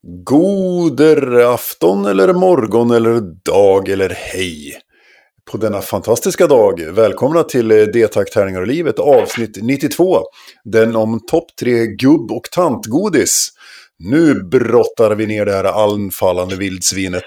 Goder afton eller morgon eller dag eller hej. På denna fantastiska dag, välkomna till D-tack, tärningar och livet, avsnitt 92. Den om topp 3 gubb- och tantgodis. Nu brottar vi ner det här anfallande vildsvinet.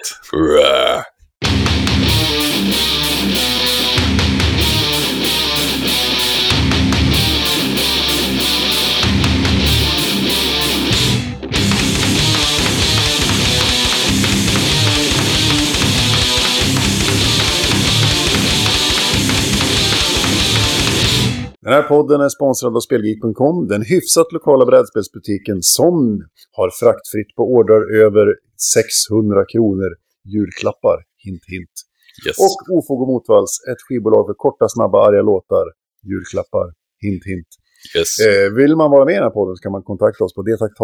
Den här podden är sponsrad av Spelgeek.com, den hyfsat lokala brädspelsbutiken som har fraktfritt på order över 600 kronor. Julklappar, hint hint. Yes. Och Ofog och Motvalls, ett skivbolag för korta, snabba, arga låtar. Julklappar, hint hint. Yes. Vill man vara med i den här podden så kan man kontakta oss på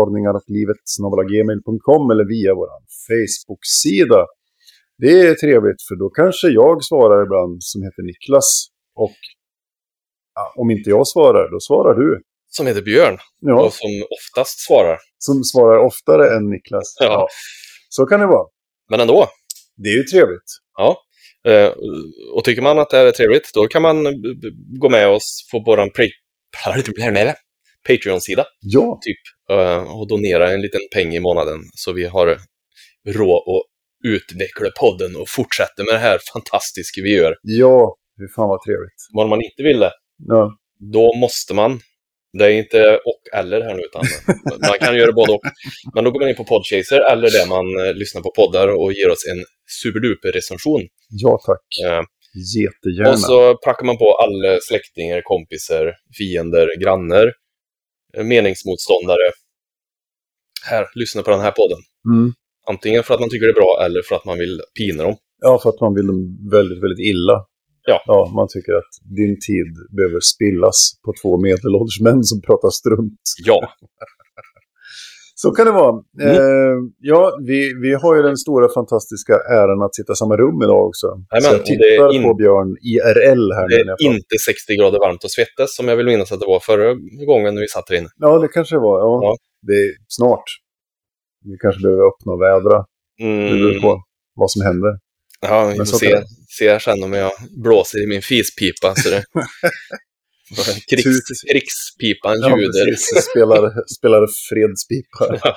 detaktagningarochlivet@gmail.com eller via vår Facebook-sida. Det är trevligt, för då kanske jag svarar ibland, som heter Niklas, och om inte jag svarar, då svarar du. Som heter Björn. Ja. Och som oftast svarar. Som svarar oftare än Niklas. Ja. Så kan det vara. Men ändå. Det är ju trevligt. Ja. Och tycker man att det här är trevligt, då kan man gå med oss på våran Patreon-sida. Ja. Typ. Och donera en liten peng i månaden. Så vi har råd att utveckla podden och fortsätta med det här fantastiska vi gör. Ja, det fan vad trevligt. Om man inte vill det, Ja. då måste man. Det är inte och eller här nu, utan man kan göra både och. Men då går man in på Podchaser eller där man lyssnar på poddar och ger oss en superduper recension. Ja, tack. Jättegärna. Och så packar man på alla släktingar, kompisar, fiender, grannar, meningsmotståndare. Här, lyssna på den här podden. Mm. Antingen för att man tycker det är bra eller för att man vill pina dem. Ja, för att man vill dem väldigt, väldigt illa. Ja. Man tycker att din tid behöver spillas på 2 medelålders män som pratar strunt. Ja. Så kan det vara. Vi har ju den stora fantastiska äran att sitta i samma rum idag också. Amen, så jag tittar på Björn IRL här. Det är inte 60 grader varmt och svettas som jag vill minnas att det var förra gången när vi satt här inne. Ja, det kanske var. Ja. Det är snart. Vi kanske behöver öppna och vädra. Det beror på vad som händer. Ja, vi får se sen om jag blåser i min fispipa. Så det... krigspipan ljuder. Ja, spelar fredspipa. Ja.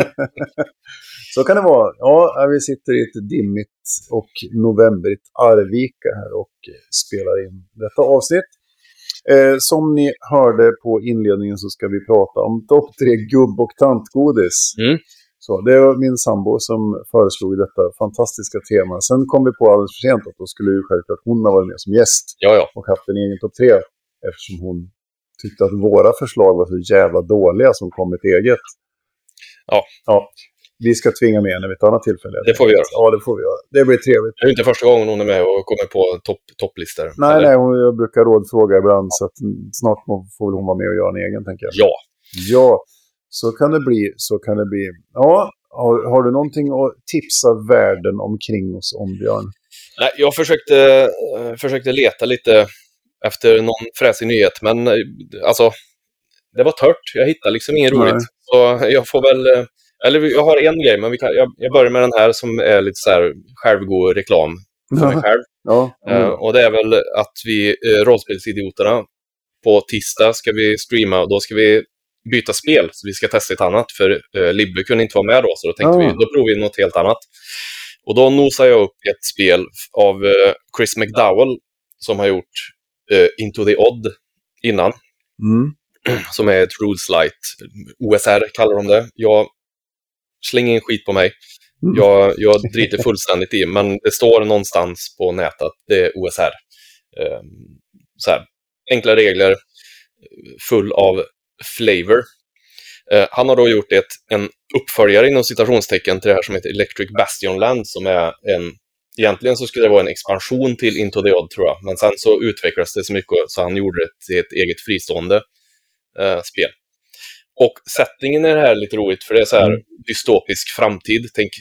Så kan det vara. Ja, vi sitter i ett dimmigt och novemberigt Arvika här och spelar in detta avsnitt. Som ni hörde på inledningen så ska vi prata om topp 3 gubb- och tantgodis. Mm. Så det var min sambo som föreslog detta fantastiska tema. Sen kom vi på alldeles för sent att då skulle ju självklart hon ha varit med som gäst. Ja. Och haft en egen topp 3. Eftersom hon tyckte att våra förslag var så jävla dåliga som kom ett eget. Ja. Vi ska tvinga med henne vid ett annat tillfälle. Det får vi göra. Ja, det får vi göra. Det blir trevligt. Det är inte första gången hon är med och kommer på topplistor. Nej, jag brukar rådfråga ibland. Så att snart får väl hon vara med och göra en egen, tänker jag. Ja, så kan det bli. Ja, har du någonting att tipsa världen omkring oss om, Björn? Nej, jag försökte leta lite efter någon fräsig nyhet, men alltså det var tört. Jag hittade liksom inget roligt. Så jag får väl, eller jag har en grej, men jag börjar med den här som är lite så här självgod reklam för mig själv. Ja. Och det är väl att vi rollspelsidioterna på tisdag ska vi streama och då ska vi byta spel, så vi ska testa ett annat, för Libbe kunde inte vara med då, så då tänkte vi, då provar vi något helt annat. Och då nosar jag upp ett spel av Chris McDowell som har gjort Into the Odd innan. Som är ett Rules Light. OSR kallar de det. Jag slänger in skit på mig. Jag driter fullständigt i, men det står någonstans på nätet att det är OSR. Så här, enkla regler, full av flavor. Han har då gjort en uppföljare inom citationstecken till det här som heter Electric Bastionland, som är egentligen så skulle det vara en expansion till Into the Odd, tror jag. Men sen så utvecklades det så mycket så han gjorde det till ett eget fristående spel. Och settingen är det här lite roligt, för det är så här dystopisk framtid. Tänk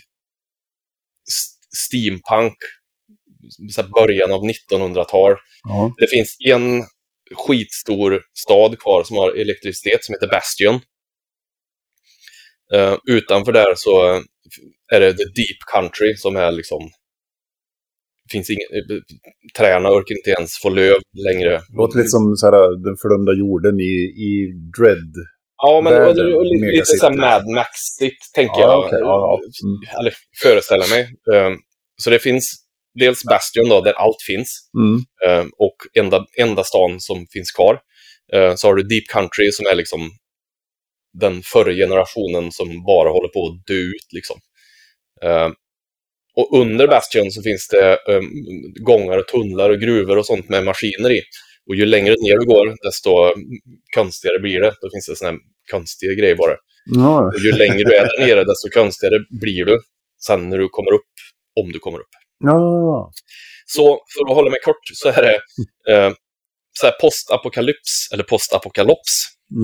steampunk, så här början av 1900-tal. Det finns en skitstor stad kvar som har elektricitet som heter Bastion. Utanför där så är det the deep country som är liksom... Finns inga, träna orkar inte ens få löv längre. Det låter lite som så här, den fördömda jorden i Dread. Ja, men lite så här Mad Max-igt, tänker jag. Okay. Eller föreställa mig. Så det finns dels Bastion då, där allt finns. Och enda stan som finns kvar. Så har du Deep Country som är liksom den förra generationen som bara håller på att dö ut liksom. Och under Bastion så finns det gångar och tunnlar och gruvor och sånt med maskiner i. Och ju längre ner du går, desto konstigare blir det. Då finns det såna här konstiga grejer bara. Och ju längre du är där nere, desto konstigare blir du sen när du kommer upp, om du kommer upp. Så för att hålla mig kort så är det så här postapokalyps eller postapokalops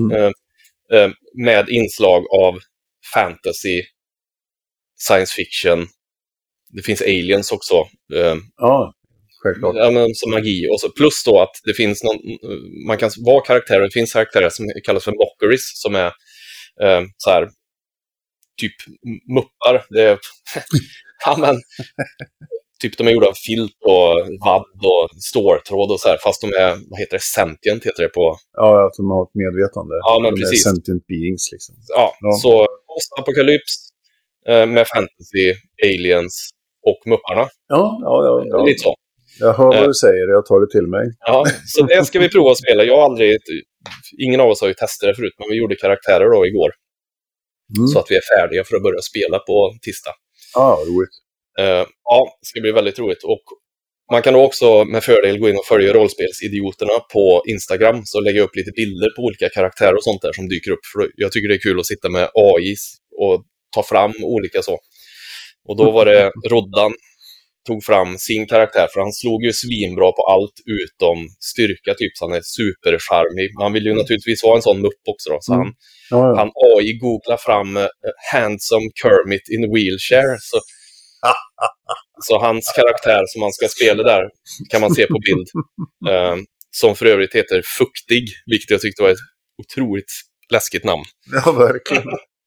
med inslag av fantasy, science fiction. Det finns aliens också. Självklart. Ja, men som magi. Och så, plus då att det finns någon... Man kan vara karaktärer. Det finns karaktärer som kallas för mockeries. Som är så här... Typ muppar. Det är... ja, men... Typ de är gjorda av filt och vadd och ståltråd och så här. Fast de är... Vad heter det? Sentient heter det på... Ja, att de har ett medvetande. Ja, men de precis. är sentient beings liksom. Ja. Så postapokalyps med fantasy, aliens och mupparna. Ja. Lite så. Jag hör vad du säger, jag tar det till mig. Ja, så det ska vi prova att spela. Ingen av oss har ju testat det förut, men vi gjorde karaktärer då igår. Så att vi är färdiga för att börja spela på tisdag. Roligt. Ja, det ska bli väldigt roligt. Och man kan då också med fördel gå in och följa rollspelsidioterna på Instagram. Så lägger jag upp lite bilder på olika karaktärer och sånt där som dyker upp. För jag tycker det är kul att sitta med AI och ta fram olika så. Och då var det Roddan tog fram sin karaktär, för han slog ju svinbra på allt utom styrka typ, så han är supercharmig. Man vill ju naturligtvis ha en sån mupp också då, så han AI googla fram handsome Kermit in wheelchair, så hans karaktär som man ska spela där kan man se på bild, som för övrigt heter Fuktig, vilket jag tyckte var ett otroligt läskigt namn. Ja, verkligen.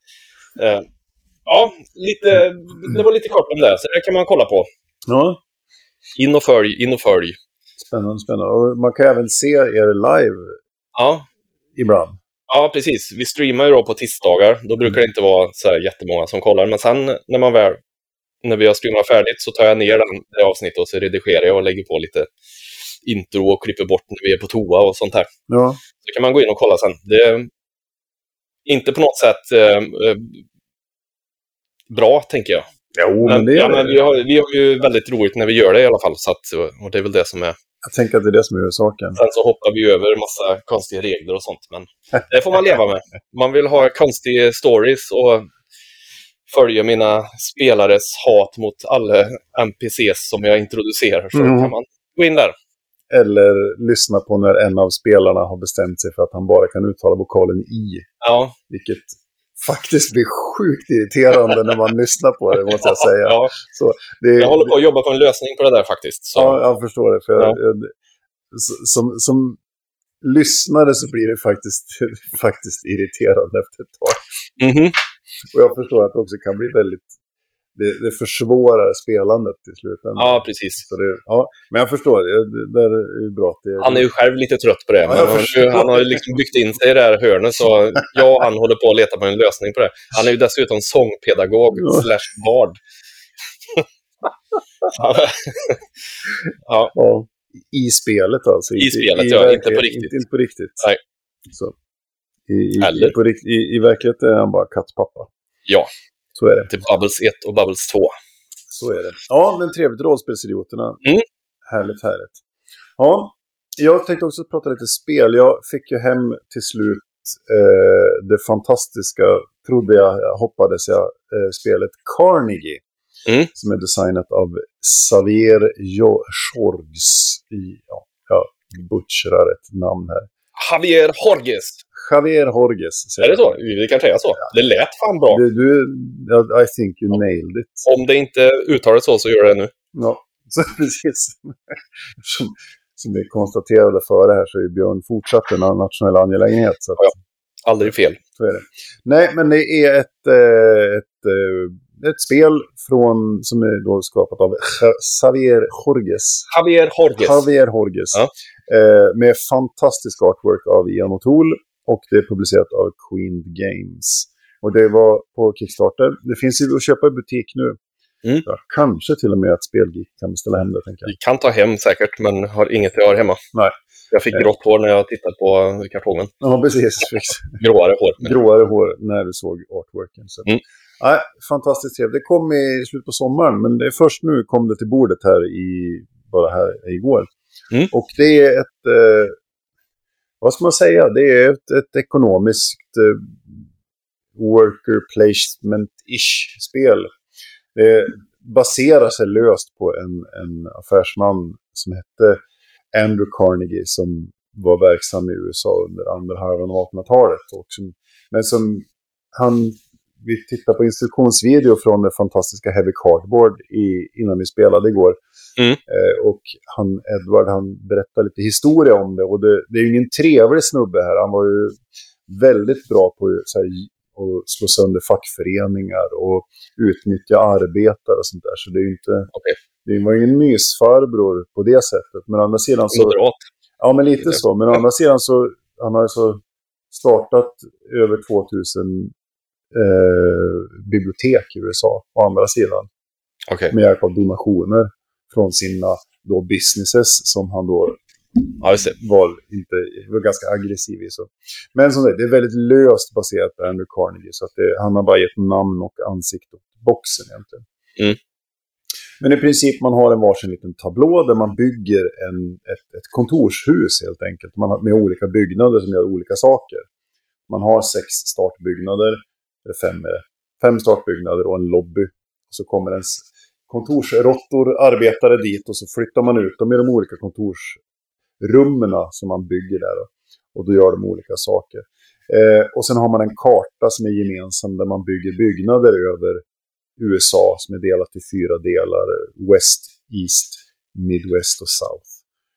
Ja, det var lite kort om det, så det kan man kolla på. Ja. In och följ. Spännande. Och man kan även se er live. Ja. Ibland. Ja, precis. Vi streamar ju då på tisdagar. Då brukar det inte vara så här jättemånga som kollar. Men sen när vi har streamat färdigt så tar jag ner det avsnittet och så redigerar jag och lägger på lite intro och klipper bort när vi är på toa och sånt här. Ja. Så kan man gå in och kolla sen. Det är inte på något sätt bra, tänker jag. Men det är... men vi har ju väldigt roligt när vi gör det i alla fall. Så och det är väl det som är... Jag tänker att det är det som är saken. Sen så hoppar vi över massa konstiga regler och sånt. Men det får man leva med. Man vill ha konstiga stories och följa mina spelares hat mot alla NPCs som jag introducerar. Så kan man gå in där. Eller lyssna på när en av spelarna har bestämt sig för att han bara kan uttala vokalen I. Ja. Vilket faktiskt blir sjukt irriterande när man lyssnar på det, måste jag säga. Ja. Så jag håller på att jobba på en lösning på det där faktiskt. Så. Ja, jag förstår det. För som lyssnare så blir det faktiskt irriterande efter ett tag. Och jag förstår att det också kan bli väldigt... Det försvårar spelandet till slut. Ja, precis. Så men jag förstår, det är bra. Han är ju själv lite trött på det. Men han har liksom byggt in sig i det här hörnet. Så han håller på att leta på en lösning på det. Han är ju dessutom sångpedagog / bard. Ja. I spelet alltså. I spelet, inte på riktigt. Inte på riktigt. Nej. Så. I verkligheten är han bara kattpappa. Ja. Så är det. Till Bubbles 1 och Bubbles 2. Så är det. Ja, men trevligt. Rollspelsidioterna. Härligt. Ja, jag tänkte också prata lite spel. Jag fick ju hem till slut det fantastiska, hoppades jag, spelet Carnegie. Som är designat av Xavier Jorges. Jag butcherar ett namn här. Javier Jorges. Är det så? Vi kan säga så. Ja. Det lät fan bra. I think you nailed it. Om det inte uttalas så gör det nu. Ja, så precis. Som vi konstaterade före här så är Björn fortsatt en nationell angelägenhet. Så att... Aldrig fel. Så är det. Nej, men det är ett spel som är då skapat av Javier Jorges. Ja. Med fantastisk artwork av Ian O'Toole. Och det är publicerat av Queen Games. Och det var på Kickstarter. Det finns ju att köpa i butik nu. Ja, kanske till och med att Spelgeek kan beställa hem det, tänker jag. Vi kan ta hem säkert, men har inget jag har hemma. Nej. Jag fick grått hår när jag tittade på kartongen. Ja, precis. Gråare hår när du såg artworken. Så. Nej, fantastiskt trevligt. Det kom i slutet på sommaren, men det är först nu kom det till bordet här igår. Och det är ett... vad ska man säga? Det är ett ekonomiskt worker placement-ish spel. Det baserar sig löst på en affärsman som hette Andrew Carnegie som var verksam i USA under andra halvan av 1800-talet. Men som vi tittar på instruktionsvideo från det fantastiska Heavy Cardboard innan vi spelade igår. Och Edward berättar lite historia om det. Och det är ju ingen trevlig snubbe här. Han var ju väldigt bra på att slå sönder fackföreningar och utnyttja arbetare och sånt där. Så det är ju inte... Det var ju ingen mysfarbror på det sättet. Men å andra sidan så... Ja, men lite så. Men å andra sidan så... Han har ju så startat över 2000 bibliotek i USA. Å andra sidan. Med hjälp av donationer från sina då businesses som han då var ganska aggressiv i. Så. Men som det är väldigt löst baserat på Andrew Carnegie. Så att han har bara gett namn och ansikte åt boxen egentligen. Men i princip man har en varsin liten tablå där man bygger ett kontorshus helt enkelt. Med olika byggnader som gör olika saker. Man har 6 startbyggnader, eller 5 startbyggnader och en lobby. Och så kommer ens kontorsrottor, arbetare dit och så flyttar man ut dem i de olika kontorsrummen som man bygger där. Och då gör de olika saker. Och sen har man en karta som är gemensam där man bygger byggnader över USA som är delat i 4 delar. West, East, Midwest och South.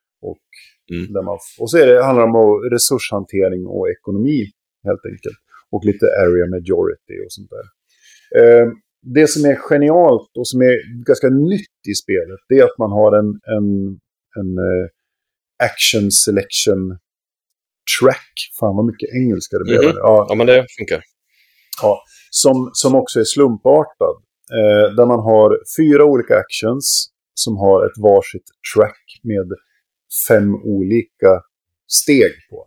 Och så handlar det om resurshantering och ekonomi helt enkelt. Och lite area majority och sånt där. Det som är genialt och som är ganska nytt i spelet, det är att man har en action selection track. Fan vad mycket engelska det blev. Ja, men det funkar. Ja, som också är slumpartad. Där man har 4 olika actions som har ett varsitt track med 5 olika steg på.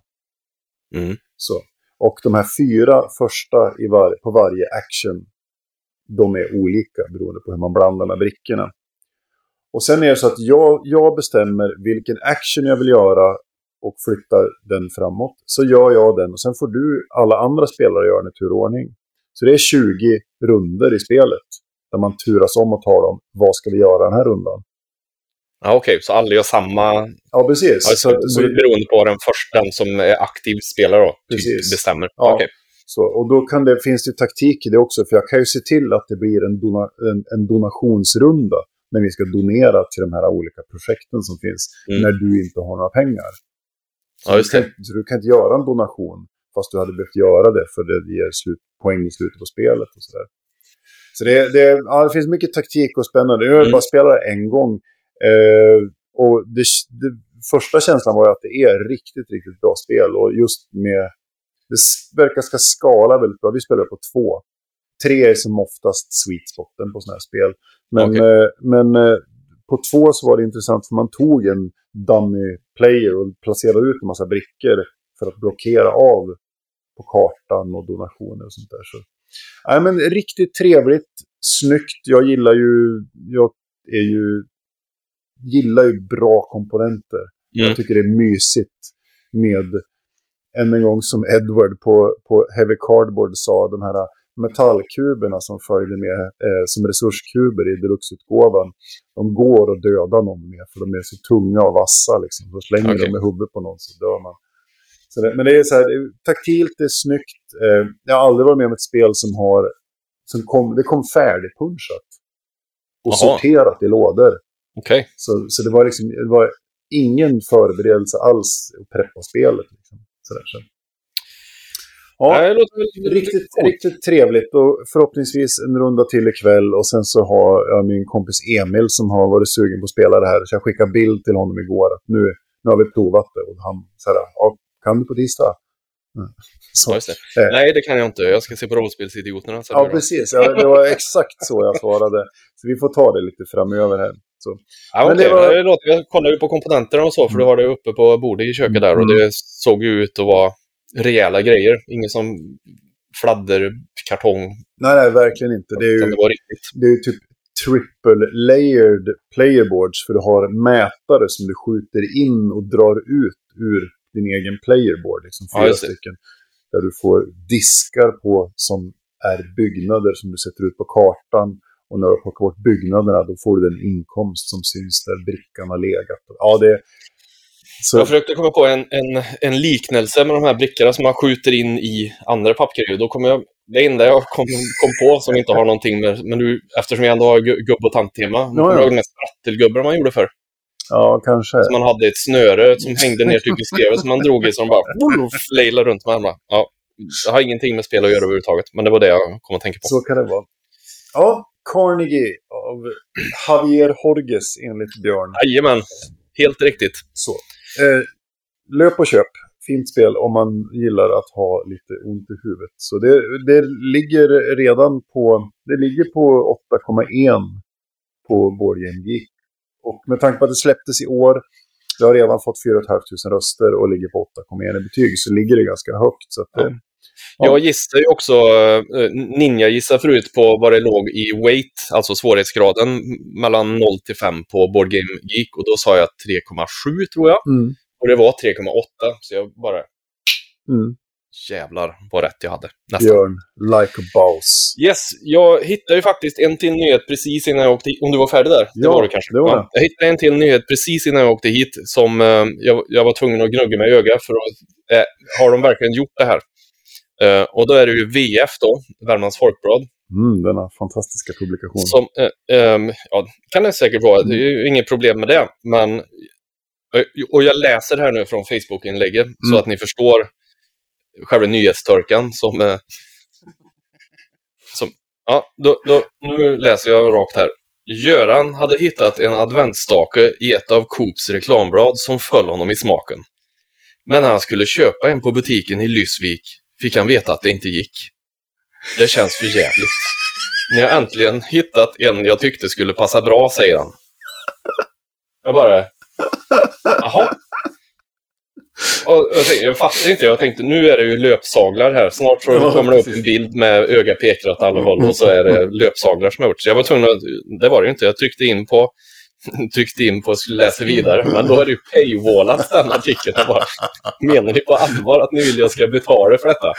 Så. Och de här 4 första på varje action, de är olika beroende på hur man blandar med brickorna. Och sen är det så att jag bestämmer vilken action jag vill göra och flyttar den framåt. Så gör jag den och sen får alla andra spelare göra den i turordning. Så det är 20 runder i spelet där man turas om och talar om vad ska vi göra den här rundan. Ja, okej. Så alla gör samma... Ja, precis. Så beroende på den som är aktiv spelare då, bestämmer. Ja. Okay. Så, och då finns det taktik i det också. För jag kan ju se till att det blir en donationsrunda när vi ska donera till de här olika projekten som finns. När du inte har några pengar. Så du kan inte göra en donation fast du hade behövt göra det för det ger poäng i slutet på spelet och sådär. Så det finns mycket taktik och spännande. Jag bara spelar en gång. Och det första känslan var att det är riktigt, riktigt bra spel. Och just med... Det verkar ska skala väldigt bra. Vi spelar på 2. 3 är som oftast sweet spoten på sådana här spel. Men på 2 så var det intressant för man tog en dummy player och placerade ut en massa brickor för att blockera av på kartan och donationer och sånt där. Så. Nej, men riktigt trevligt, snyggt. Jag gillar ju bra komponenter. Jag tycker det är mysigt med än en gång som Edward på Heavy Cardboard sa, de här metallkuberna som följde med som resurskuber i deluxe-utgåvan. De går och dödar någon med för de är så tunga och vassa liksom. Så slänger de med huvudet på någon så dör man. Så men det är så här, taktilt, det är snyggt. Jag har aldrig varit med om ett spel det kom färdigpunchat och sorterat i lådor. Så det var ingen förberedelse alls att preppa spelet liksom. Så. Ja, det låter riktigt trevligt. Och förhoppningsvis en runda till ikväll. Och sen så har jag min kompis Emil som har varit sugen på att spela det här. Så jag skickade bild till honom igår att nu har vi provat det. Och han sa, ja, kan du på tisdag? Så. Ja, nej, det kan jag inte. Jag ska se på rollspelsidioterna. Ja, precis. Det var exakt så jag svarade. Så vi får ta det lite framöver här. Så. Ja, men jag kollar ju på komponenterna och så, för du har det uppe på bordet i köket där. Och det såg ju ut att vara rejäla grejer. Ingen som fladderkartong. Nej, verkligen inte. Det är ju, det är ju typ triple-layered playerboards. För du har mätare som du skjuter in och drar ut ur din egen playerboard. Liksom 4 stycken. Där du får diskar på som är byggnader som du sätter ut på kartan. Och när du plockar bort byggnaderna, då får du den inkomst som syns där brickan har legat. Ja, så. Jag försökte komma på en liknelse med de här brickorna som man skjuter in i andra pappgrejer. Då kommer det enda jag kom på som inte har någonting med, men nu, eftersom vi ändå har gubb- och tanttema, nu kommer jag ihåg den här sprattelgubbar man gjorde för. Ja, kanske. Så man hade ett snöre som hängde ner till skrevet som man drog i, som bara flejlade runt med armarna. Ja, det har ingenting med spel att göra överhuvudtaget, men det var det jag kom att tänka på. Så kan det vara. Ja, Carnegie av Javier Jorges enligt Björn. Jajamän, helt riktigt. Så. Löp och köp. Fint spel om man gillar att ha lite ont i huvudet. Så det ligger redan på 8,1 på Board Game Geek. Och med tanke på att det släpptes i år, det har redan fått 4 500 röster och ligger på 8,1 i betyg, så ligger det ganska högt. Så att, Jag gissar ju också, Ninja gissar förut på vad det låg i weight, alltså svårighetsgraden mellan 0 till 5 på Board Game Geek, och då sa jag 3,7 tror jag. Och det var 3,8, så jag bara... Jävlar vad rätt jag hade. Nästan. Björn, like a boss. Yes, jag hittade ju faktiskt en till nyhet precis innan jag åkte hit. Om du var färdig där? Ja, det var du kanske. Det var det. Jag hittade en till nyhet precis innan jag åkte hit som jag var tvungen att gnugga mig i ögat för att har de verkligen gjort det här? Och då är det ju VF då, Värmlands Folkblad. Denna fantastiska publikation. Som, ja, kan det säkert vara. Det är ju inget problem med det. Men, och jag läser här nu från Facebook-inlägget så att ni förstår själva nyhetstörkan som ja, nu läser jag rakt här. Göran hade hittat en adventsstake i ett av Coops reklamblad som föll honom i smaken. Men när han skulle köpa en på butiken i Lysvik fick han veta att det inte gick. Det känns för jävligt. Ni har äntligen hittat en jag tyckte skulle passa bra, säger han. Jag bara... Jaha. Och jag fattar inte, jag tänkte nu är det ju löpsaglar här. Snart så kommer det upp en bild med öga pekar åt alla håll och så är det löpsaglar som har gjort. Så jag var tvungen att, det var det ju inte, jag tryckte in på och skulle läsa vidare. Men då är det ju paywallat den artikeln. Bara, menar ni på allvar att ni vill jag ska betala för detta?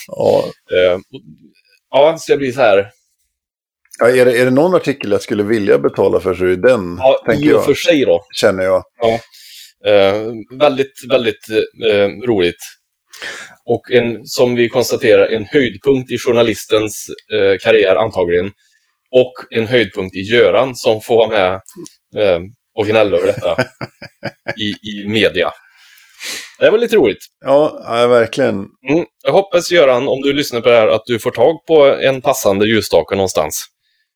Ja, så jag blir så här. Ja, är det någon artikel jag skulle vilja betala för så är det den, tänker jag. För sig då. Känner jag. Ja. Väldigt, väldigt roligt. Och som vi konstaterar, en höjdpunkt i journalistens karriär antagligen. Och en höjdpunkt i Göran som får vara med och gnälla över detta i media. Det var lite roligt. Ja, verkligen. Jag hoppas, Göran, om du lyssnar på det här, att du får tag på en passande ljusstake någonstans.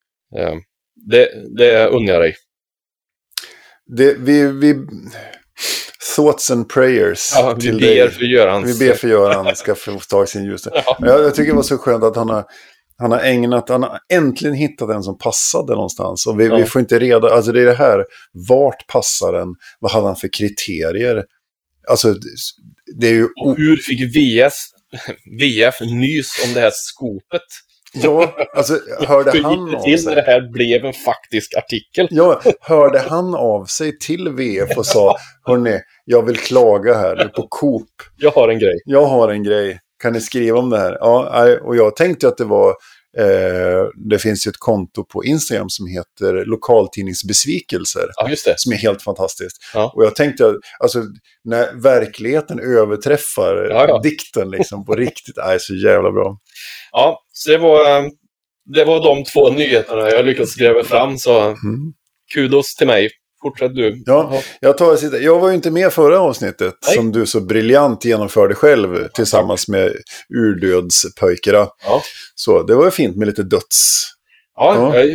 Det unnar jag dig. Vi thoughts and prayers. Ja, vi ber för Göran. Vi ber för Göran ska få tag i sin ljusstake. Ja. Jag tycker det var så skönt att han har äntligen hittat en som passade någonstans. Och vi får inte reda, alltså det är det här, vart passar den? Vad hade han för kriterier? Alltså det är ju... Och hur fick VF nys om det här skopet? Ja, alltså hörde han av sig? När det här blev en faktisk artikel. Ja, hörde han av sig till VF och sa, hörni, jag vill klaga här nu på Coop. Jag har en grej. Kan ni skriva om det här? Ja, och jag tänkte att det var... det finns ju ett konto på Instagram som heter Lokaltidningsbesvikelser. Ja, just det. Som är helt fantastiskt. Ja. Och jag tänkte, alltså, när verkligheten överträffar dikten liksom, på riktigt, är så jävla bra. Ja, så det var de två nyheterna jag lyckats gräva fram, så kudos till mig fortsätt du. Ja, jag var ju inte med förra avsnittet. Nej. Som du så briljant genomförde själv tillsammans med urdödspöjkerna. Ja. Så det var ju fint med lite döds. Ja, jag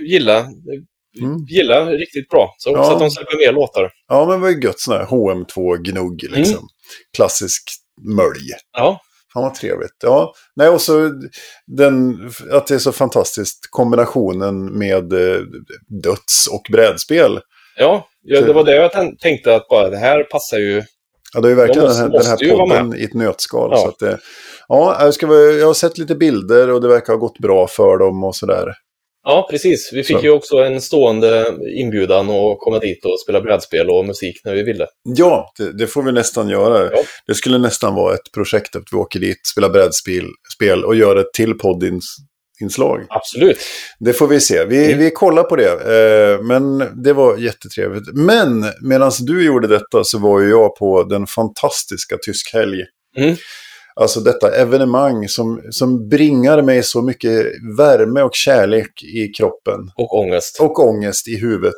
gillar riktigt bra. Så också att de släpper mer låtar. Ja, men vad är gött sån här HM2-gnugg liksom. Klassisk mölj. Ja. Fan vad trevligt. Ja, nej, och så att det är så fantastiskt kombinationen med döds- och brädspel. Ja, det var det jag tänkte att bara det här passar ju. Ja, det är ju verkligen den här podden i ett nötskal. Ja. Så att jag har sett lite bilder och det verkar ha gått bra för dem och sådär. Ja, precis. Vi fick ju också en stående inbjudan att komma dit och spela brädspel och musik när vi ville. Ja, det får vi nästan göra. Ja. Det skulle nästan vara ett projekt att vi åker dit, spelar brädspel och gör ett till poddinslag. Absolut. Det får vi se. Vi kollar på det. Men det var jättetrevligt. Men medan du gjorde detta så var ju jag på den fantastiska Tyskhelg. Alltså detta evenemang som bringar mig så mycket värme och kärlek i kroppen. Och ångest. Och ångest i huvudet.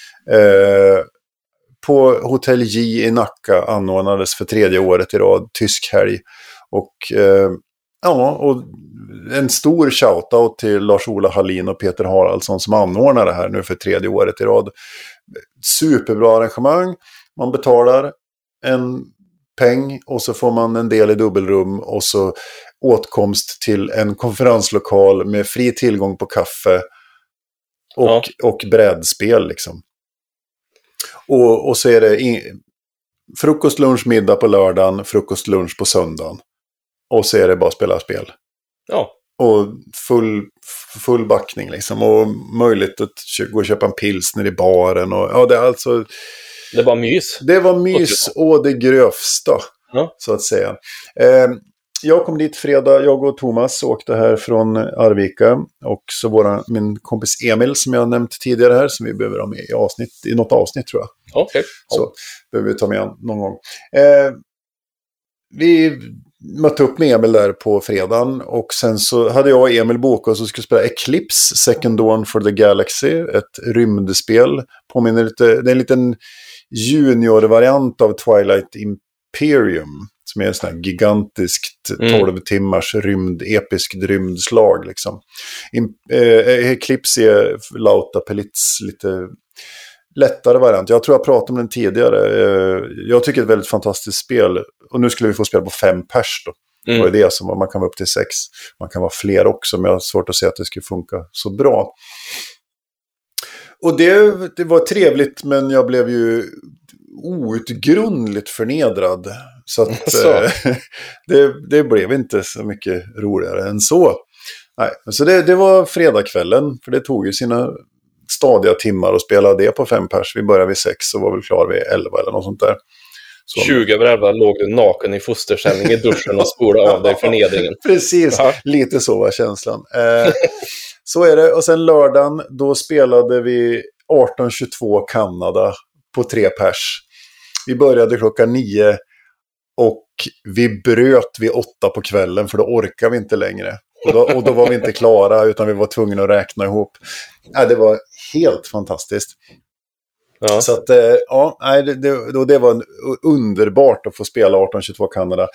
På Hotell J i Nacka anordnades för 3:e året i rad Tyskhelg. Och och en stor shoutout till Lars-Ola Hallin och Peter Haraldsson som anordnar det här nu för 3:e året i rad. Superbra arrangemang. Man betalar en peng och så får man en del i dubbelrum och så åtkomst till en konferenslokal med fri tillgång på kaffe och brädspel liksom. Och så är det frukost, lunch, middag på lördagen, frukost, lunch på söndagen. Och så är det bara spela spel. Ja. Och full backning liksom. Och möjligt att gå och köpa en pilsner i baren. Och, det är alltså... Det var mys. Det var mys och det grövsta, så att säga. Jag kom dit fredag, jag och Thomas åkte här från Arvika. Och så min kompis Emil som jag nämnt tidigare här, som vi behöver ha med i något avsnitt tror jag. Okej. Så behöver vi ta med någon gång. Vi mötte upp med Emil där på fredagen och sen så hade jag och Emil bokat och så skulle spela Eclipse, Second Dawn for the Galaxy, ett rymdspel. Påminner lite, det är en liten juniorvariant av Twilight Imperium som är en sån här gigantiskt 12 timmars episkt rymdslag liksom. Eclipse är Lauta Pelitz lite lättare variant. Jag tror jag pratade om den tidigare. Jag tycker det är ett väldigt fantastiskt spel. Och nu skulle vi få spela på 5 pers då. Det var det som man kan vara upp till 6. Man kan vara fler också, men jag har svårt att se att det skulle funka så bra. Och det var trevligt, men jag blev ju outgrundligt förnedrad. Så att det blev inte så mycket roligare än så. Nej, så det var fredagskvällen, för det tog ju sina stadiga timmar och spela det på 5 pers. Vi började vid 6 och var väl klar vid 11 eller något sånt där. Så. 20 över 11 låg du naken i fosterställning i duschen och spolade av dig förnedringen. Precis, lite så var känslan. Så är det. Och sen lördagen, då spelade vi 1822 Kanada på 3 pers. Vi började klockan 9 och vi bröt vid 8 på kvällen för då orkade vi inte längre. Och då var vi inte klara utan vi var tvungna att räkna ihop. Det var helt fantastiskt. Ja. Så att, det var underbart att få spela 1822 Kanada.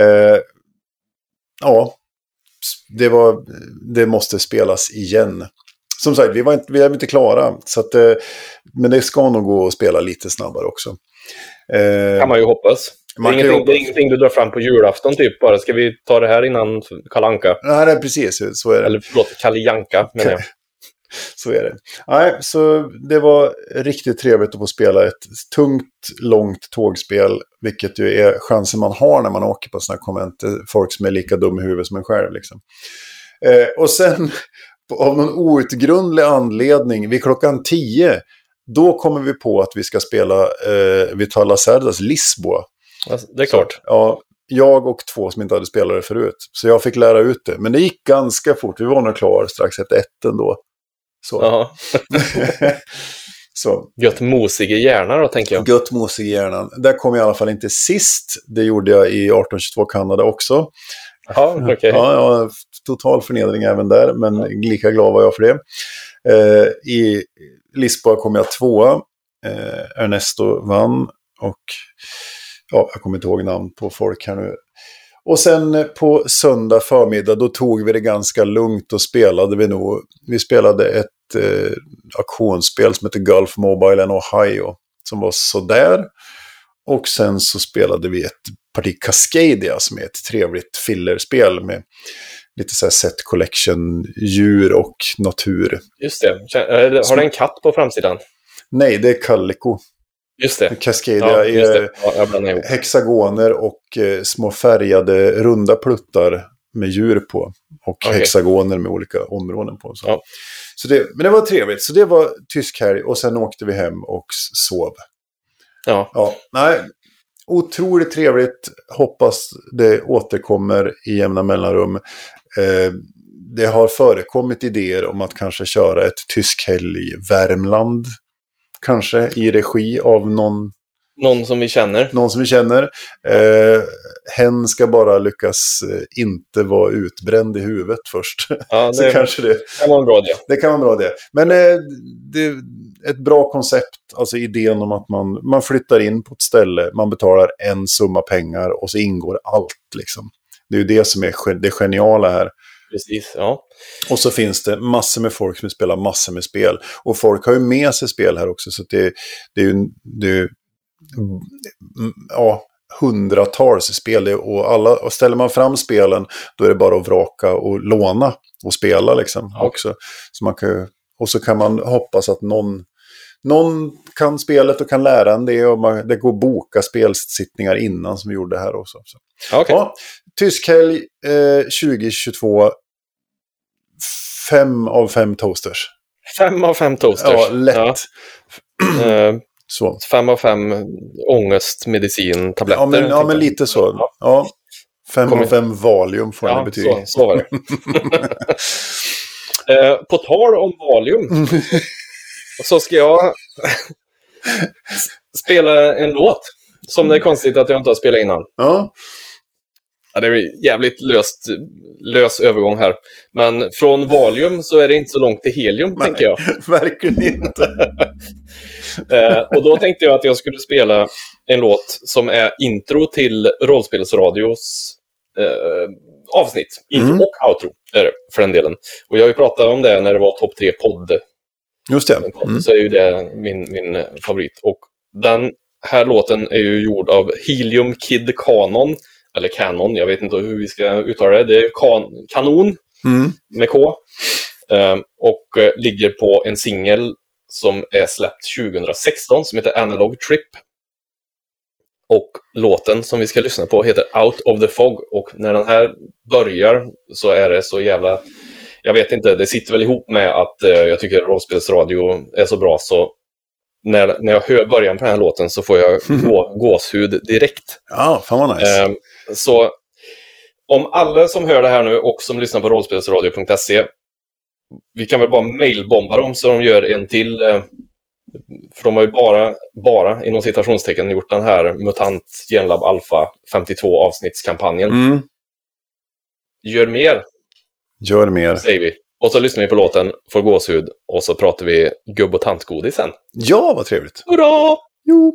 Det måste spelas igen. Som sagt, vi är inte klara. Så att, men det ska nog gå att spela lite snabbare också. Kan man ju hoppas. Det är ingenting du drar fram på julafton typ bara. Ska vi ta det här innan Kalle Anka? Nej, precis. Så är det. Eller förlåt, Kalle Janka menar jag. Så är det. Nej, så det var riktigt trevligt att få spela ett tungt, långt tågspel. Vilket ju är chansen man har när man åker på sådana här konvent. Folk som är lika dum i huvudet som en själv liksom. Och sen av någon outgrundlig anledning vid klockan 10 då kommer vi på att vi ska spela Vital Lacerdas Lisboa. Alltså, det är klart. Så, ja, jag och 2 som inte hade spelat det förut. Så jag fick lära ut det. Men det gick ganska fort. Vi var nog klar strax efter 1 ändå. Så. Så. Gött mosig i hjärnan då, tänker jag. Gött mosig i hjärnan. Där kom jag i alla fall inte sist. Det gjorde jag i 1822 Kanada också. Jaha, okej. Ja, total förnedring även där. Men lika glad var jag för det. I Lisboa kom jag 2. Ernesto vann. Och ja, jag kommer inte ihåg namn på folk här nu. Och sen på söndag förmiddag då tog vi det ganska lugnt och vi spelade ett auktionsspel som heter Gulf Mobile and Ohio som var sådär. Och sen så spelade vi ett parti Cascadia som är ett trevligt fillerspel med lite så här set collection, djur och natur. Just det. Har det en katt på framsidan? Nej, det är Calico. Just det. Cascadia är hexagoner och små färgade runda pluttar med djur på. Och hexagoner med olika områden på. Så. Ja. Men det var trevligt. Så det var tysk helg och sen åkte vi hem och sov. Ja. Nej, otroligt trevligt. Hoppas det återkommer i jämna mellanrum. Det har förekommit idéer om att kanske köra ett tysk helg i Värmland. Kanske i regi av någon som vi känner. Hen ska bara lyckas inte vara utbränd i huvudet först. Ja, så kanske det kan vara en bra idé. Det kan vara en bra idé. Men det är ett bra koncept. Alltså idén om att man flyttar in på ett ställe. Man betalar en summa pengar och så ingår allt liksom. Det är ju det som är det geniala här. Precis, ja. Och så finns det massor med folk som spelar massor med spel. Och folk har ju med sig spel här också. Så det är hundratals spel. Och ställer man fram spelen då är det bara att vraka och låna och spela liksom också. Så så kan man hoppas att någon kan spelet och kan lära en det. Och det går att boka spelsittningar innan som vi gjorde här också. Okay. Ja, tyskhelg 2022. 5 av 5 toasters. 5 av 5 toasters? Ja, lätt. Ja. Så. 5 av 5 ångestmedicin, tabletter. Men lite så. Ja. 5 av 5 Valium får ni betyg. Så var det. På tal om Valium så ska jag spela en låt som det är konstigt att jag inte har spelat innan. Ja. Ja, det är jävligt lös övergång här. Men från Valium så är det inte så långt till helium, tänker jag. Verkligen inte. Och då tänkte jag att jag skulle spela en låt som är intro till Rollspelsradios avsnitt. Intro och outro är det, för den delen. Och jag har ju pratat om det när det var topp 3 podd. Just det. Så är ju det min favorit. Och den här låten är ju gjord av Helium Kid Kanon. Eller Canon, jag vet inte hur vi ska uttala det. Det är kanon med K. Och ligger på en singel som är släppt 2016 som heter Analog Trip. Och låten som vi ska lyssna på heter Out of the Fog. Och när den här börjar så är det så jävla... Jag vet inte, det sitter väl ihop med att jag tycker rollspelsradio är så bra så... När jag hör början på den här låten så får jag gåshud direkt. Ja, fan vad nice. Så om alla som hör det här nu och som lyssnar på rollspelsradio.se, vi kan väl bara mailbomba dem så de gör en till. För de har ju bara inom citationstecken gjort den här Mutant Genlab Alpha 52 avsnittskampanjen. Gör mer, säger vi. Och så lyssnar vi på låten, får gåshud och så pratar vi gubb- och tantgodis sen. Ja, vad trevligt. Hurra! Jo!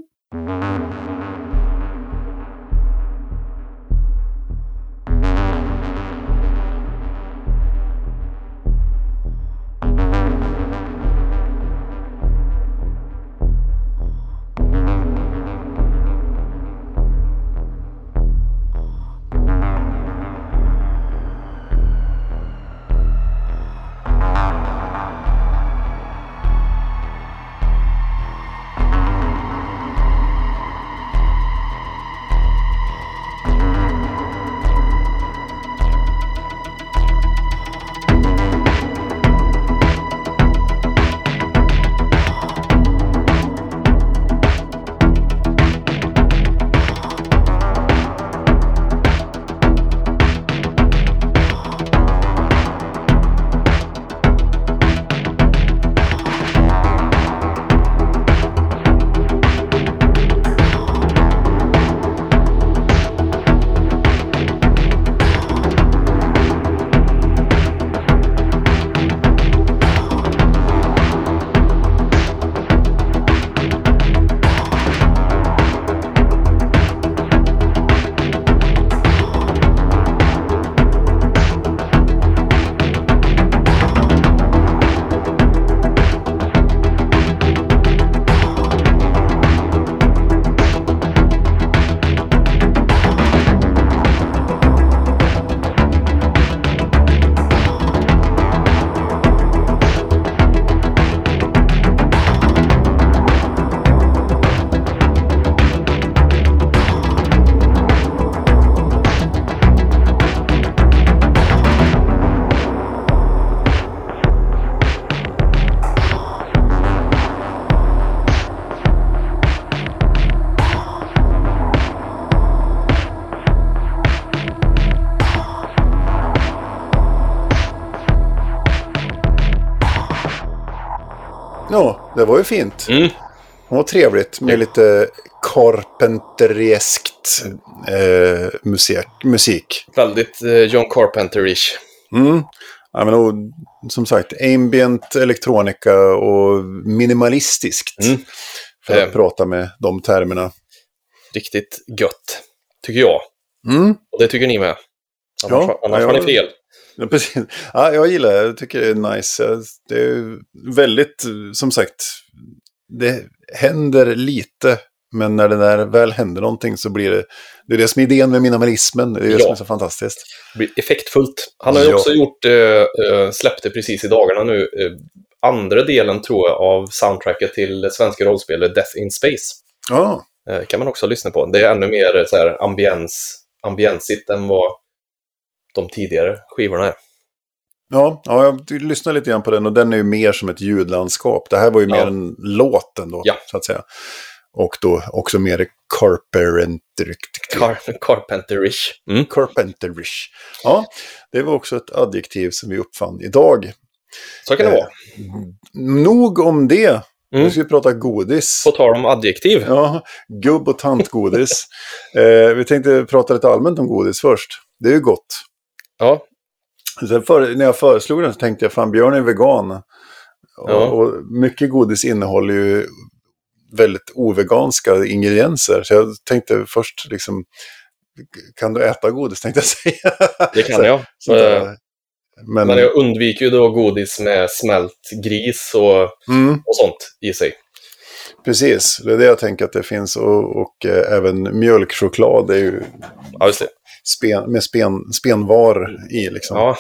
Ja, det var ju fint. Mm. Det var trevligt med lite Carpentereskt musik. Väldigt John Carpenter-ish. Mm. Ja, men och, som sagt, ambient elektronika och minimalistiskt. För att prata med de termerna. Riktigt gött, tycker jag. Och det tycker ni med. Annars har ni fel. Ja, precis. Ja, jag gillar det. Jag tycker det är nice. Det är väldigt, som sagt, det händer lite. Men när det där väl händer någonting så blir det är det som är idén med minimalismen. Det är det som är så fantastiskt. Det blir effektfullt. Han har ju också gjort, släppte precis i dagarna nu, andra delen tror jag av soundtracket till det svenska rollspelet Death in Space. Ja. Kan man också lyssna på. Det är ännu mer så här ambiensigt än vad de tidigare skivorna är. Ja, jag lyssnar lite grann på den och den är ju mer som ett ljudlandskap. Det här var ju mer en låt ändå, så att säga. Och då också mer Carpenterish. Carpenterish. Ja, det var också ett adjektiv som vi uppfann idag. Så kan det vara. Nog om det. Nu ska vi prata godis. På tal om adjektiv. Ja, gubb- och tantgodis. Vi tänkte prata lite allmänt om godis först. Det är ju gott. Ja. Sen när jag föreslog den så tänkte jag, fan, Björn är vegan. Och mycket godis innehåller ju väldigt oveganska ingredienser. Så jag tänkte först liksom, kan du äta godis, tänkte jag säga. Det kan jag. Men jag undviker ju då godis med smält gris och sånt i sig. Precis, det är det jag tänker att det finns. Och även mjölkchoklad är ju med spenvar i liksom. Ja,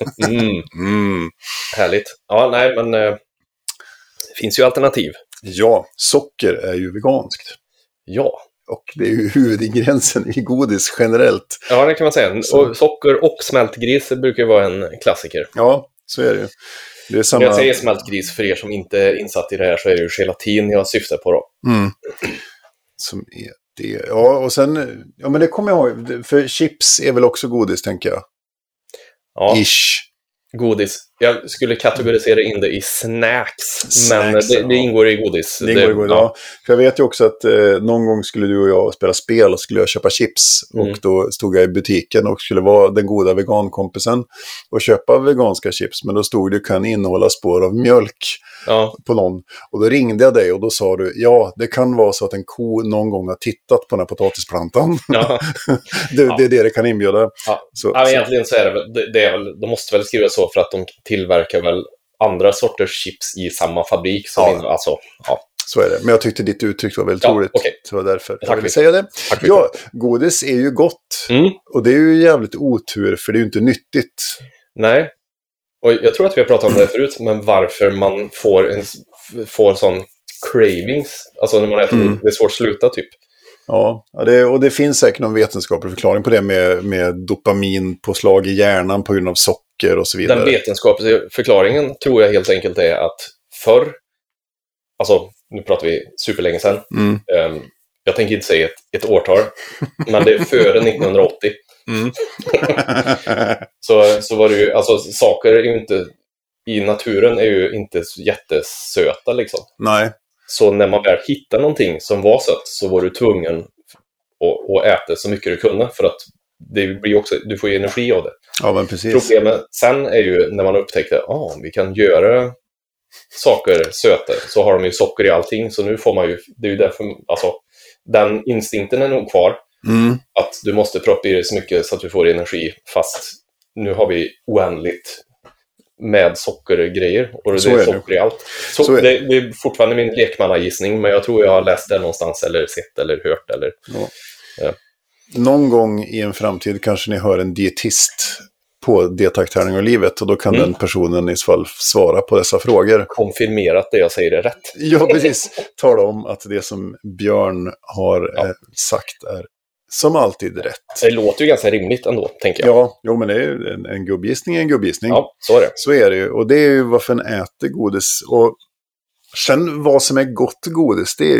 härligt. Ja, nej, men det finns ju alternativ. Ja, socker är ju veganskt. Ja. Och det är ju huvudingrediensen i godis generellt. Ja, det kan man säga. Och socker och smält gris brukar ju vara en klassiker. Ja, så är det ju. Det är samma... När jag säger smält gris, för er som inte är insatt i det här, så är det ju gelatin jag syftar på då. Som är det. Ja, och sen... Ja, men det kommer jag ihåg. För chips är väl också godis, tänker jag. Ja. Ish. Godis. Jag skulle kategorisera in det i snacks men det ingår i godis. Det ingår i godis, ja. För jag vet ju också att någon gång skulle du och jag spela spel och skulle jag köpa chips. Och då stod jag i butiken och skulle vara den goda vegankompisen och köpa veganska chips. Men då stod det, kan innehålla spår av mjölk på någon. Och då ringde jag dig och då sa du, ja, det kan vara så att en ko någon gång har tittat på den här potatisplantan. Ja. Det är det kan inbjuda. Ja. Ja, egentligen så är det väl, de måste väl skriva så för att de tillverkar väl andra sorters chips i samma fabrik. Som så är det. Men jag tyckte ditt uttryck var väldigt roligt. Okay. Så det var därför jag ville säga det. Ja, godis är ju gott. Och det är ju jävligt otur, för det är ju inte nyttigt. Nej. Och jag tror att vi har pratat om det förut, men varför man får sån cravings. Alltså när man äter, det är svårt att sluta typ. Ja, och det finns säkert någon vetenskaplig förklaring på det med dopaminpåslag i hjärnan på grund av socker och så vidare. Den vetenskapliga förklaringen tror jag helt enkelt är att förr, alltså nu pratar vi superlänge sedan, jag tänker inte säga ett årtal, men det är före 1980. så var det ju, alltså saker är ju inte, i naturen är ju inte jättesöta liksom. Nej. Så när man väl hittar någonting som var sött så var du tvungen att äta så mycket du kunde, för att det blir också, du får ju energi av det. Ja, men precis. Problemet sen är ju när man upptäckte vi kan göra saker söta, så har de ju socker i allting, så nu får man ju, det är ju därför, alltså den instinkten är nog kvar, att du måste proppa i dig så mycket så att du får energi, fast nu har vi oändligt med sockergrejer och det är socker i allt. Så det är fortfarande min lekmannagissning, men jag tror jag har läst det någonstans eller sett eller hört eller... Ja. Någon gång i en framtid kanske ni hör en dietist på D-takttärning och livet, och då kan den personen i så fall svara på dessa frågor. Konfirmerat det jag säger är rätt. Ja, precis. Tala om att det som Björn har sagt är som alltid rätt. Det låter ju ganska rimligt ändå, tänker jag. Ja, jo, men det är en gubbgissning är en gubbgissning. Ja, så är det. Så är det ju. Och det är ju varför en äter godis. Och sen vad som är gott godis, det är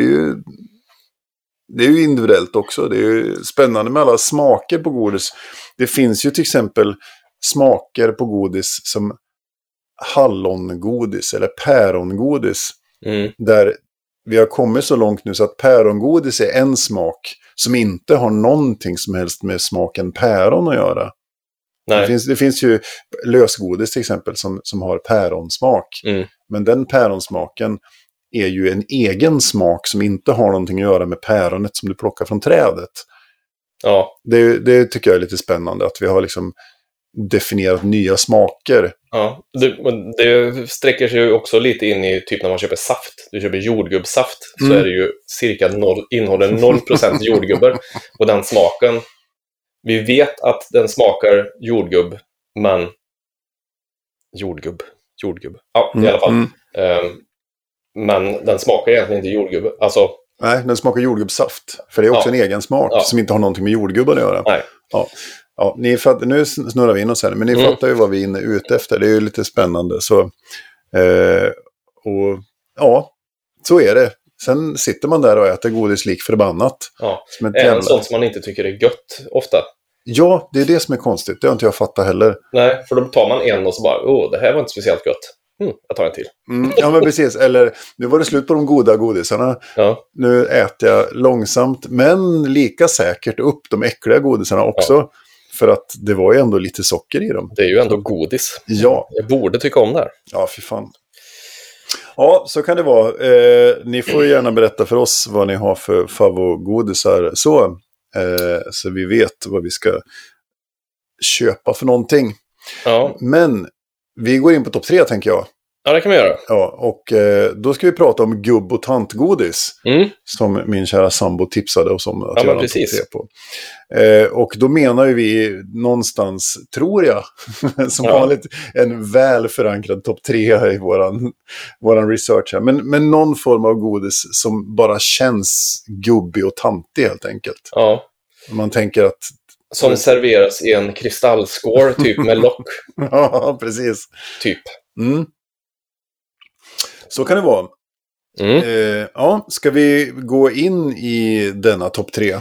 ju individuellt också. Det är ju spännande med alla smaker på godis. Det finns ju till exempel smaker på godis som hallongodis eller pärongodis. Där vi har kommit så långt nu så att pärongodis är en smak som inte har någonting som helst med smaken päron att göra. Nej. Det finns ju lösgodis till exempel som har päronsmak. Men den päronsmaken är ju en egen smak som inte har någonting att göra med päronet som du plockar från trädet. Ja. Det tycker jag är lite spännande att vi har liksom definierat nya smaker. Ja, det sträcker sig ju också lite in i typ när man köper saft. Du köper jordgubbssaft så är det ju cirka innehåller 0% jordgubbar. Och den smaken, vi vet att den smakar jordgubb, men jordgubb. Ja, i alla fall. Men den smakar egentligen inte jordgubb. Alltså, nej, den smakar jordgubbssaft. För det är också en egen smak som inte har någonting med jordgubbar att göra. Nej. Ja, nu snurrar vi in oss här, men ni fattar ju vad vi är ute efter. Det är ju lite spännande. Så, så är det. Sen sitter man där och äter godis lik förbannat. Ja, även sånt som man inte tycker är gött ofta. Ja, det är det som är konstigt. Det har inte jag fattat heller. Nej, för då tar man en och så bara, det här var inte speciellt gött. Jag tar en till. Ja, men precis. Eller, nu var det slut på de goda godisarna. Ja. Nu äter jag långsamt, men lika säkert upp de äckliga godisarna också. Ja. För att det var ju ändå lite socker i dem. Det är ju ändå godis. Ja. Jag borde tycka om det här. Ja, för fan. Ja, så kan det vara. Ni får gärna berätta för oss vad ni har för favoritgodisar. Så vi vet vad vi ska köpa för någonting. Ja. Men vi går in på topp 3, tänker jag. Ja, det kan vi göra. Ja, och då ska vi prata om gubb- och tantgodis. Som min kära sambo tipsade oss om att göra topp 3 på. Och då menar ju vi någonstans, tror jag, som vanligt, en väl förankrad topp 3 i våran research här. Men någon form av godis som bara känns gubbig och tantig helt enkelt. Ja. Man tänker att... Som serveras i en kristallskål typ med lock. Ja, precis. Typ. Så kan det vara. Ska vi gå in i denna topp 3?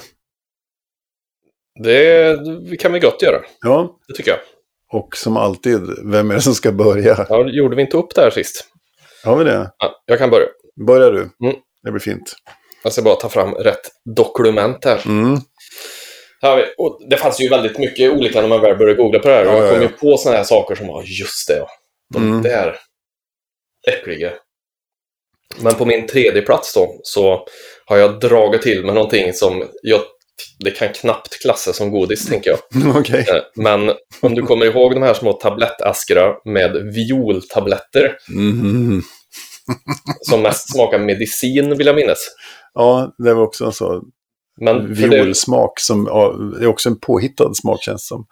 Det kan vi gott göra. Ja. Det tycker jag. Och som alltid, vem är det som ska börja? Ja, gjorde vi inte upp det här sist? Har vi det? Ja, jag kan börja. Börjar du? Det blir fint. Jag ska bara ta fram rätt dokument här. Och det fanns ju väldigt mycket olika när man väl började googla på det här. Och jag kom ju på såna här saker som var just det. De där äckliga. Men på min 3:e plats då så har jag dragit till med någonting som det kan knappt klassa som godis, tänker jag. Okay. Men om du kommer ihåg de här små tablettaskarna med violtabletter som mest smakar medicin, vill jag minnas. Ja, det var också så. Men violsmak som är också en påhittad smak, känns som.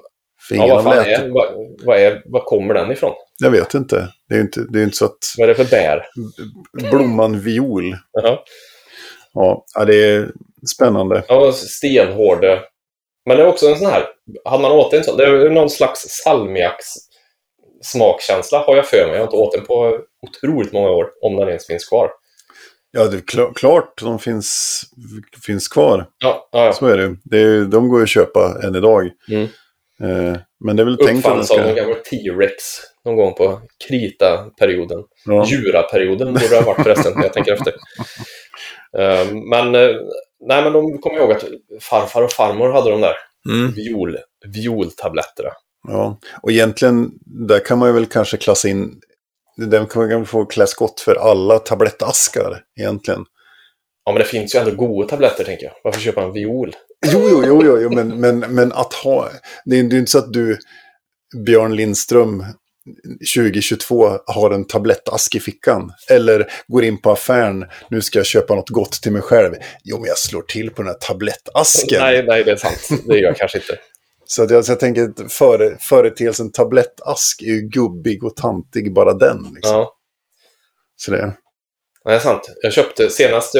Vad kommer den ifrån? Jag vet inte. Det är inte så att... Vad är det för bär? Blomman viol. Ja, det är spännande. Ja, stenhårda. Men det är också en sån här... Hade man åt en sån... Det är någon slags salmiaks smakkänsla, har jag för mig. Jag har inte åt den på otroligt många år, om den ens finns kvar. Ja, det är klart de finns kvar. Ja. Så är det. De går ju att köpa än idag. Men det är väl tänkt att uppfanns av någon gammal T-Rex någon gång på krita-perioden. Djura-perioden borde det ha varit förresten, när jag tänker efter. Men de kommer ihåg att farfar och farmor hade de där violtabletterna. Ja, och egentligen där kan man ju väl kanske klassa in, den kan man få klä skott för alla tablettaskar egentligen. Ja, men det finns ju ändå goda tabletter, tänker jag. Varför köpa en viol? Jo, men att ha... Det är inte så att du, Björn Lindström, 2022 har en tablettask i fickan. Eller går in på affären, nu ska jag köpa något gott till mig själv. Jo, men jag slår till på den här tablettasken. Nej, det är sant. Det gör jag kanske inte. Så jag tänker att företeelsen tablettask är ju gubbig och tantig, bara den. Liksom. Ja. Så det... Ja, det är sant. Jag köpte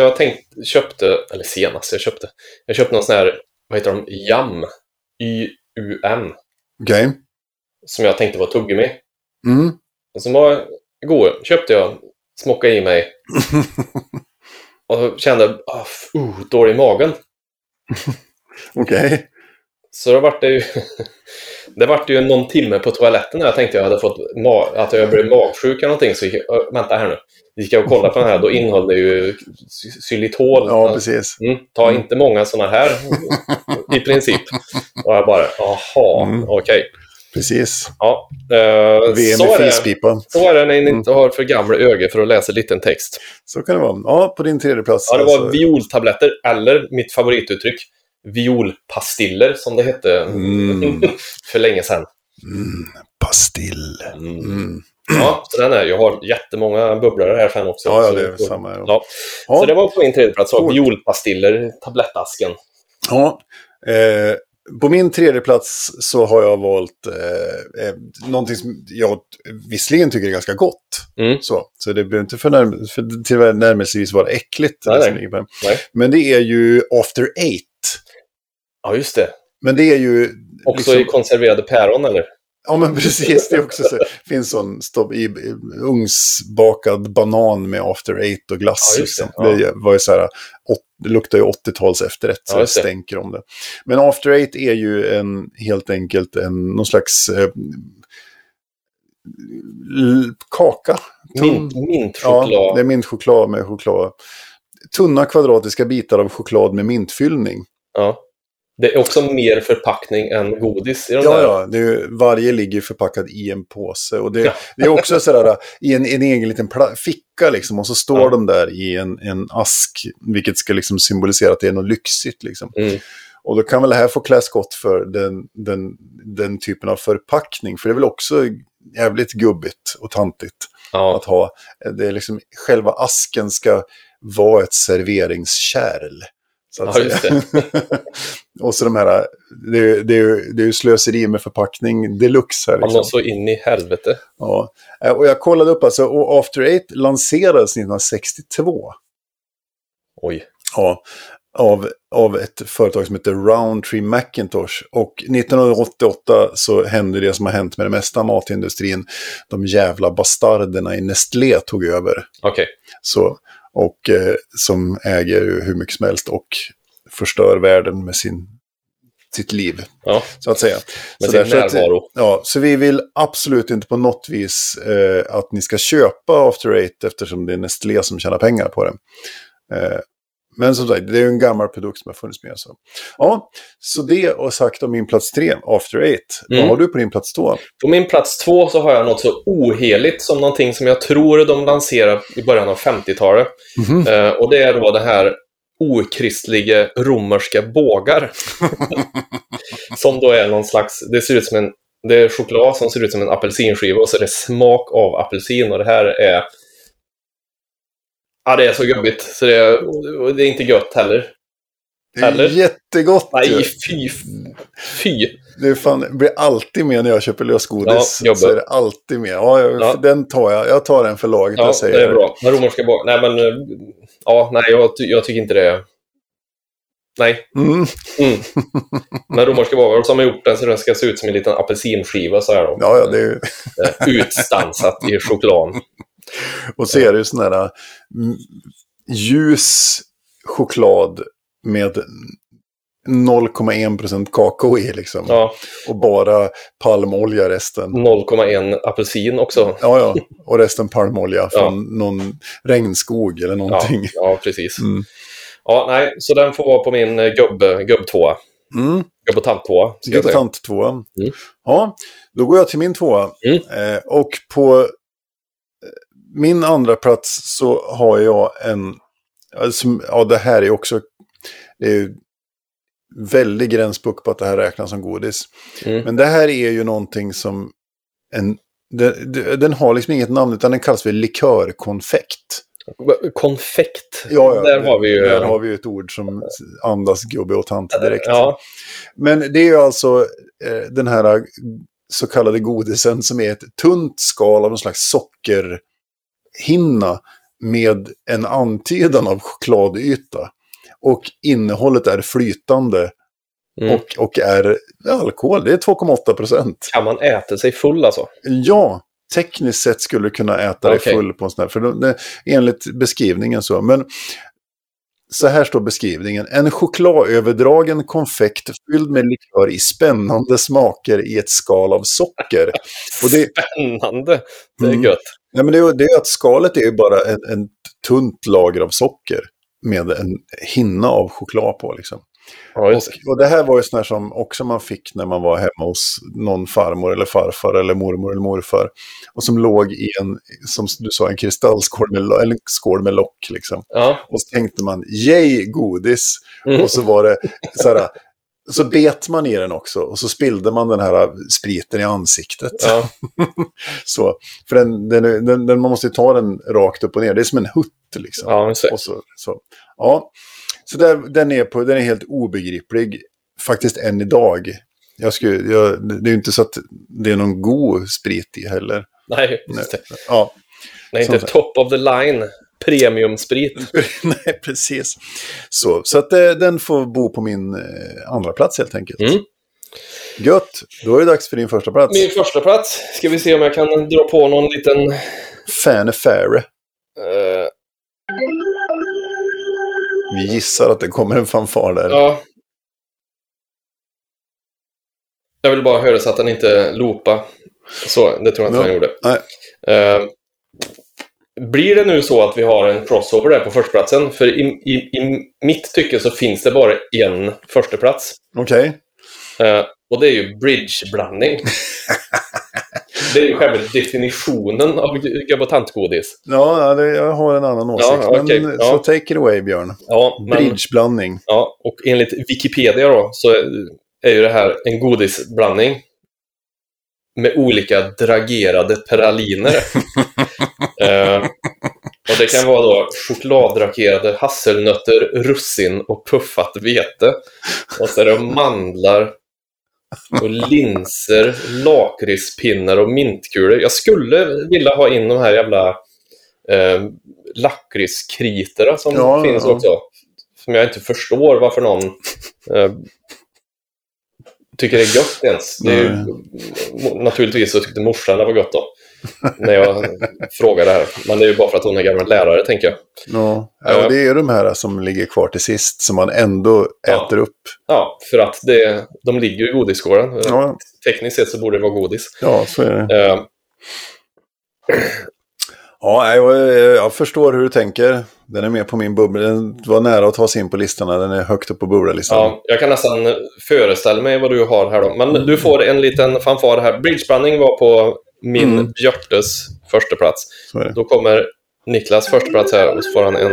någon sån här, vad heter de? Yum. Y-U-M. Okej. Som jag tänkte var tuggummi. Och som var god. Köpte jag, smockade i mig. Och kände dålig i magen. Okej. Så då vart det ju... Det vart ju någon timme på toaletten när jag tänkte jag hade fått att jag blev magsjuk eller någonting. Så gick jag, vänta här nu. Vi ska kolla på den här. Då innehåller det ju xylitol. Ja, precis. Ta inte många sådana här i princip. Och jag bara, aha, okej. Precis. Ja, VM i fispipa. Så är det när ni inte har för gamla ögon för att läsa liten text. Så kan det vara. Ja, på din tredje plats. Ja, det var violtabletter eller mitt favorituttryck. Violpastiller som det hette för länge sedan. Pastill. Ja, så den är. Jag har jättemånga bubblare här sen också. Ja, det är samma. Ja. Så det var på min tredje plats. Violpastiller, tablettasken. Ja, på min tredje plats så har jag valt någonting som jag visserligen tycker är ganska gott. Så det behöver inte för närmelsevis vara äckligt. Nej. Men det är ju After Eight. Ja, just det. Men det är ju... Också liksom... i konserverade päron, eller? Ja, men precis. Det är också så. Det finns sån ugnsbakad banan med After Eight och glass. Ja, liksom. Ja. Det var ju så här... Det luktar ju 80-tals efterrätt, så det stänker om det. Men After Eight är ju helt enkelt någon slags kaka. Mintchoklad. Ja, det är mintchoklad med choklad. Tunna kvadratiska bitar av choklad med mintfyllning. Ja. Det är också mer förpackning än godis i de där. Ja, varje ligger förpackad i en påse. Och det är också sådär i en egen liten ficka liksom. Och så står de där i en ask. Vilket ska liksom symbolisera att det är något lyxigt liksom. Och då kan väl det här få klä skott för den typen av förpackning. För det är väl också jävligt gubbigt och tantigt att ha. Det är liksom, själva asken ska vara ett serveringskärl. Ja, just det. Och så de här, det är ju slöseri med förpackning deluxe här. Liksom. Så in i helvete. Ja, och jag kollade upp alltså, och After Eight lanserades 1962. Oj. Ja, av ett företag som heter Roundtree Macintosh. Och 1988 så hände det som har hänt med det mesta matindustrin. De jävla bastarderna i Nestlé tog över. Okej. Så... Och som äger hur mycket som helst och förstör världen med sitt liv. Ja. Så att säga. Med sin närvaro. Så vi vill absolut inte på något vis att ni ska köpa After Eight eftersom det är Nestlé som tjänar pengar på det. Men som sagt, det är en gammal produkt som har funnits med. Så det och sagt om min plats 3, After Eight. Vad har du på din plats 2? På min plats 2 så har jag något så oheligt som någonting som jag tror de lanserar i början av 50-talet. Och det är då det här okristliga romerska bågar. Som då är någon slags, det ser ut som det är choklad som ser ut som en apelsinskiva och så är det smak av apelsin och det här är... Ja, det är så gubbigt. Så det är inte gött heller. Det är jättegott. Nej, fy. Det blir alltid med när jag köper lösgodis. Ja, så är det alltid med. Den tar jag. Jag tar den för laget. Ja, det är bra. Men romerska bågar. Nej, men... Ja, nej, jag tycker inte det. Nej. Men romerska bågar som har gjort den så den ska se ut som en liten apelsinskiva så här då. Ja, det är ju... Utstansat i choklad. Och så är det ju sån här ljus choklad med 0,1% kakao i liksom. Ja. Och bara palmolja resten. 0,1 apelsin också. Ja. Och resten palmolja från någon regnskog eller någonting. Ja, precis. Ja, nej, så den får vara på min gubb-tvåa. Gubb- och tant-tvåa. Gubb- och tant-tvåa. Ja, då går jag till min tvåa. Och på min andra plats så har jag det här är också det är väldigt gränspuck på att det här räknas som godis. Men det här är ju någonting som den har liksom inget namn utan den kallas för likörkonfekt. Konfekt? Ja, där har vi ju ett ord som andas gubbe och tant direkt. Ja. Men det är ju alltså den här så kallade godisen som är ett tunt skal av en slags sockerhinna med en antydan av chokladyta. Och innehållet är flytande och är alkohol. Det är 2,8%. Kan man äta sig full alltså? Ja, tekniskt sett skulle du kunna äta dig full på en sån här. För enligt beskrivningen så. Men så här står beskrivningen. En chokladöverdragen konfekt fylld med likör i spännande smaker i ett skal av socker. Och det, Spännande, det är gött. Ja, men det är att skalet är ju bara en tunt lager av socker med en hinna av choklad på liksom. Ja, och det här var ju sån här som också man fick när man var hemma hos någon farmor eller farfar eller mormor eller morfar. Och som låg i en, som du sa, en kristallskål med, eller skål med lock liksom. Ja. Och så tänkte man, yay, godis. Och så var det så här, så bet man i den också. Och så spillde man den här spriten i ansiktet. Ja. Så, för den, man måste ju ta den rakt upp och ner. Det är som en hutt liksom. Ja, och så. Ja. Så den är helt obegriplig faktiskt än idag. Det är ju inte så att det är någon god sprit i heller. Nej, just det. Ja. Nej, inte top of the line premiumsprit. Nej, precis. Så att den får bo på min andra plats helt enkelt. Gött, då är det dags för din första plats. Min första plats. Ska vi se om jag kan dra på någon liten... Fanfare. Vi gissar att det kommer en fanfar där. Ja. Jag vill bara höra så att den inte loopa. Så, det tror jag inte han gjorde. Nej. Blir det nu så att vi har en crossover där på förstaplatsen? För i mitt tycke så finns det bara en förstaplats. Okej. Och det är ju bridgeblandning. Det är ju själva definitionen av gabbotantgodis. Ja, jag har en annan åsikt. Ja, okay. Så take it away, Björn. Ja, bridgeblandning. Ja, och enligt Wikipedia då så är ju det här en godisblandning med olika dragerade praliner. Och det kan vara då chokladdragerade hasselnötter, russin och puffat vete. Och så är det mandlar och linser, lakritspinnar och mintkulor. Jag skulle vilja ha in de här jävla lakritskritorna som finns också. Som jag inte förstår varför någon tycker det är gött ens. Det är ju, naturligtvis så tyckte morsan det var gott då. När jag frågar det här. Men det är ju bara för att hon är gammal lärare, tänker jag. Ja, det är ju de här som ligger kvar till sist som man ändå äter upp. Ja, för att de ligger i godisskålen. Ja. Tekniskt sett så borde det vara godis. Ja, så är det. Ja, jag förstår hur du tänker. Den är med på min bubbla. Den var nära att ta sig in på listorna. Den är högt upp på bubbla-listan. Ja, jag kan nästan föreställa mig vad du har här då. Men du får en liten fanfar här. Bridgeblandning var på min Björtes första plats. Då kommer Niklas första plats här och så får han en...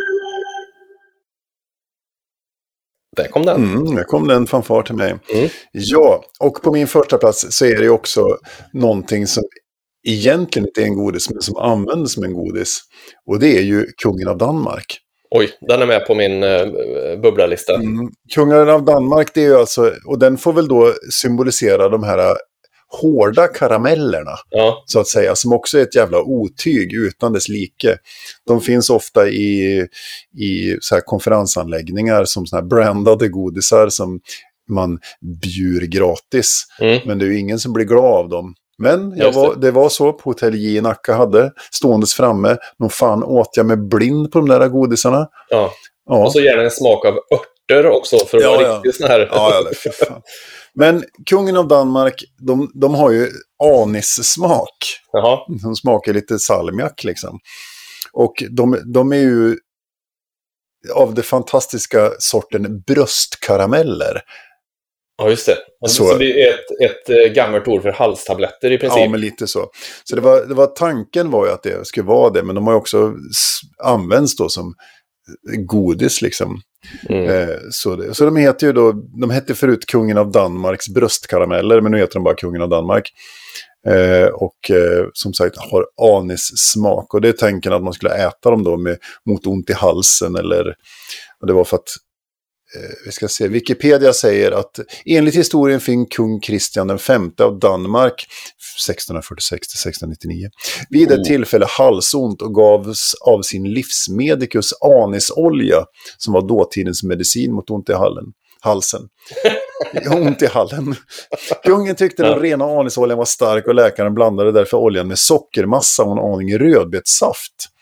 Där kom den. Där kom den fanfar till mig. Ja, och på min första plats så är det också någonting som egentligen inte är en godis, men som används som en godis. Och det är ju kungen av Danmark. Oj, den är med på min bubblalista. Kungen av Danmark, det är ju alltså, och den får väl då symbolisera de här hårda karamellerna, så att säga, som också är ett jävla otyg utan dess like. De finns ofta i så här konferensanläggningar som såna här brandade godisar som man bjur gratis. Men det är ju ingen som blir glad av dem. Men det var så på Hotell J i Nacka hade ståendes framme. Någon fan åt jag med blind på de där godisarna. Ja. Och så gärna en smak av örter också för att vara riktigt sån här. Ja, för fan. Men kungen av Danmark, de har ju anissmak. De smakar lite salmiak liksom. Och de är ju av det fantastiska sorten bröstkarameller. Ja, just det. Så det är ett gammalt ord för halstabletter i princip. Ja, men lite så. Så tanken var ju att det skulle vara det, men de har ju också använts då som godis liksom. Så de heter ju då, de hette förut kungen av Danmarks bröstkarameller, men nu heter de bara kungen av Danmark. Och som sagt har anissmak, och det är tanken att man skulle äta dem då mot ont i halsen, eller och det var för att vi ska se, Wikipedia säger att enligt historien fick kung Kristian den femte av Danmark 1646-1699 vid ett tillfälle halsont och gavs av sin livsmedikus anisolja, som var dåtidens medicin mot ont i halsen. Ont i hallen. Kungen tyckte den rena anisoljan var stark och läkaren blandade därför oljan med sockermassa och en aning rödbetssaft.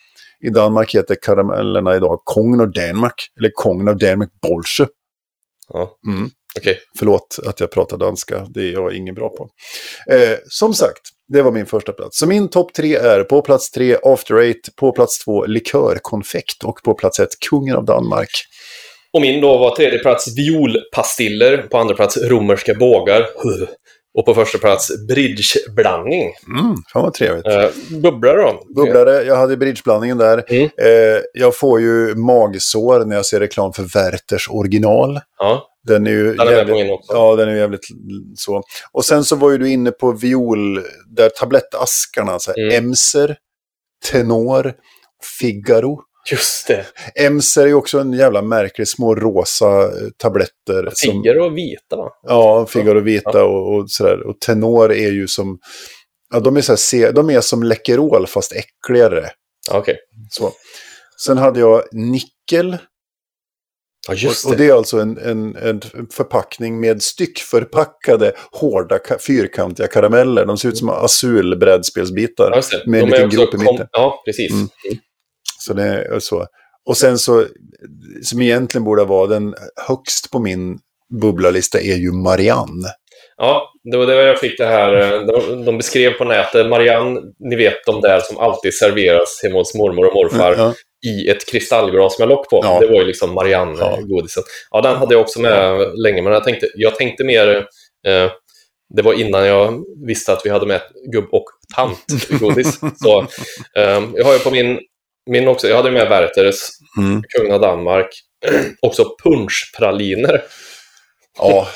I Danmark heter karamellerna idag Kongen Danmark. Eller Kongen Danmark Bolsje. Ja, okej. Förlåt att jag pratar danska. Det är jag ingen bra på. Som sagt, det var min första plats. Så min topp 3 är på plats 3 After Eight, på plats 2 likörkonfekt och på plats 1 Kungen av Danmark. Och min då var tredje plats violpastiller, på andra plats romerska bågar och på första plats bridgeblandning. Fan vad trevligt. Bubblare då? Bubblare, jag hade bridgeblandningen där. Jag får ju magsår när jag ser reklam för Werthers original. Ja. Den är ju den är jävligt så. Och sen så var ju du inne på viol, där tablettaskarna, så här, Emser, Tenor, Figaro. Just det. Emser är ju också en jävla märklig små rosa tabletter. Figaro och vita, va? Ja, Figaro och vita och sådär. Och Tenor är ju som, ja, de är så här, de är som Läkerol fast äckligare. Okej. Så. Sen hade jag nickel. Ja, just det. Och det är alltså en förpackning med styckförpackade, hårda, fyrkantiga karameller. De ser ut som azulbrädspelsbitar. Ja, med en liten grupp i mitten. Ja, precis. Så det är så. Och sen så, som egentligen borde vara den högst på min bubblalista, är ju Marianne. Ja, det var det jag fick det här. De beskrev på nätet, Marianne, ni vet de där som alltid serveras hemma hos mormor och morfar i ett kristallglas med lock på. Ja. Det var ju liksom Marianne-godisen. Ja, den hade jag också med länge, men jag tänkte mer... det var innan jag visste att vi hade med gubb- och tant-godis. Så jag har ju på min också, jag hade med Werthers, Kungen av Danmark, också punschpraliner. Ja.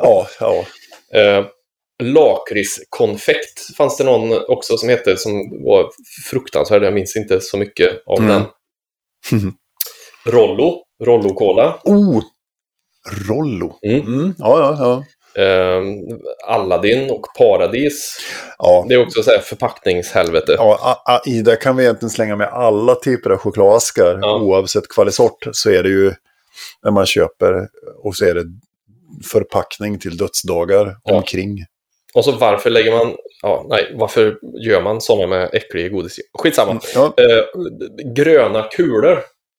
Lakritskonfekt fanns det någon också som hette, som var fruktansvärd, jag minns inte så mycket av den. Rollo-cola. Rollo. Ja. Aladdin och Paradis. Ja. Det är också så här förpackningshelvete. Ja, där kan vi egentligen slänga med alla typer av chokladaskar. Ja. Oavsett kvalitetssort så är det ju när man köper, och så är det förpackning till dödsdagar omkring. Och så varför varför gör man sådana med äckliga godis? Skitsamma. Gröna kulor.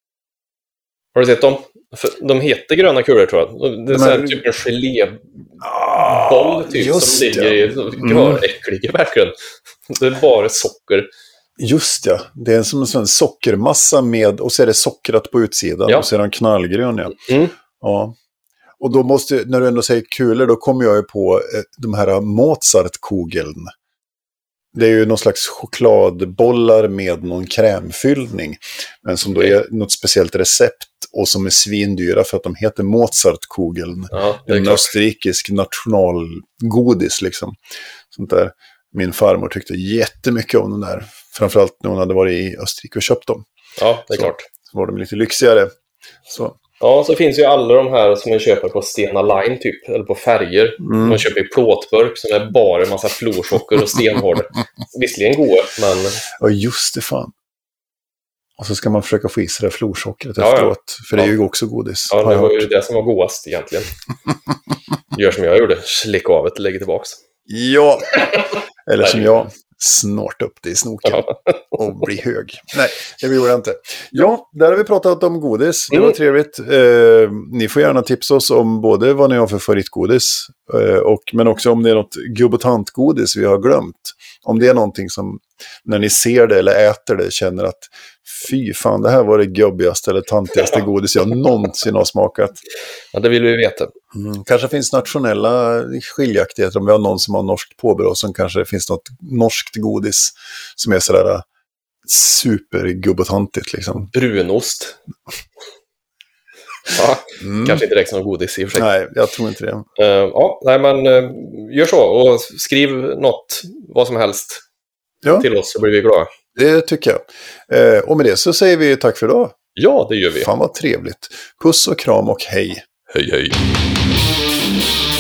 Har du sett dem? De heter gröna kulor, tror jag. Det är så här, typ en geléboll som ligger i äckliga verkligen. Det är bara socker. Just ja, det är som en sån sockermassa med, och så är det sockrat på utsidan och så är den knallgrön. Ja. Och då måste, när du ändå säger kulor, då kommer jag ju på de här Mozartkugeln. Det är ju någon slags chokladbollar med någon krämfyllning. Men som då är något speciellt recept och som är svindyra för att de heter Mozartkugeln. Ja, en österrikisk nationalgodis liksom. Sånt där. Min farmor tyckte jättemycket om den där. Framförallt när hon hade varit i Österrike och köpt dem. Ja, det är klart. Så var de lite lyxigare. Så. Ja, så finns ju alla de här som man köper på Stena Line typ, eller på färger. Man köper i plåtburk som är bara en massa florsocker och stenhård. Visserligen goda, men... Ja, just det, fan. Och så ska man försöka få i sig det florsockret efteråt. För det är ju också godis. Ja, det var ju det som var godast egentligen. Gör som jag gjorde, slicka av det och lägger tillbaks. Ja, eller som jag, snart upp det i snoken och bli hög. Nej, det gjorde jag inte. Ja, där har vi pratat om godis. Det var trevligt. Ni får gärna tipsa oss om både vad ni har för favoritgodis men också om det är något gubb- och tantgodis vi har glömt. Om det är någonting som när ni ser det eller äter det känner att fy fan, det här var det gubbigaste eller tantigaste godis jag någonsin har smakat. Ja, det vill vi veta. Kanske finns nationella skiljaktigheter. Om vi har någon som har norskt påbrå, som kanske finns något norskt godis som är sådär supergubbotantigt liksom. Brunost. Ja, kanske inte direkt som godis i och för sig. Nej, jag tror inte det. Gör så och skriv något, vad som helst till oss, så blir vi glada. Det tycker jag. Och med det så säger vi tack för idag. Ja, det gör vi. Fan vad trevligt. Puss och kram och hej. Hej, hej.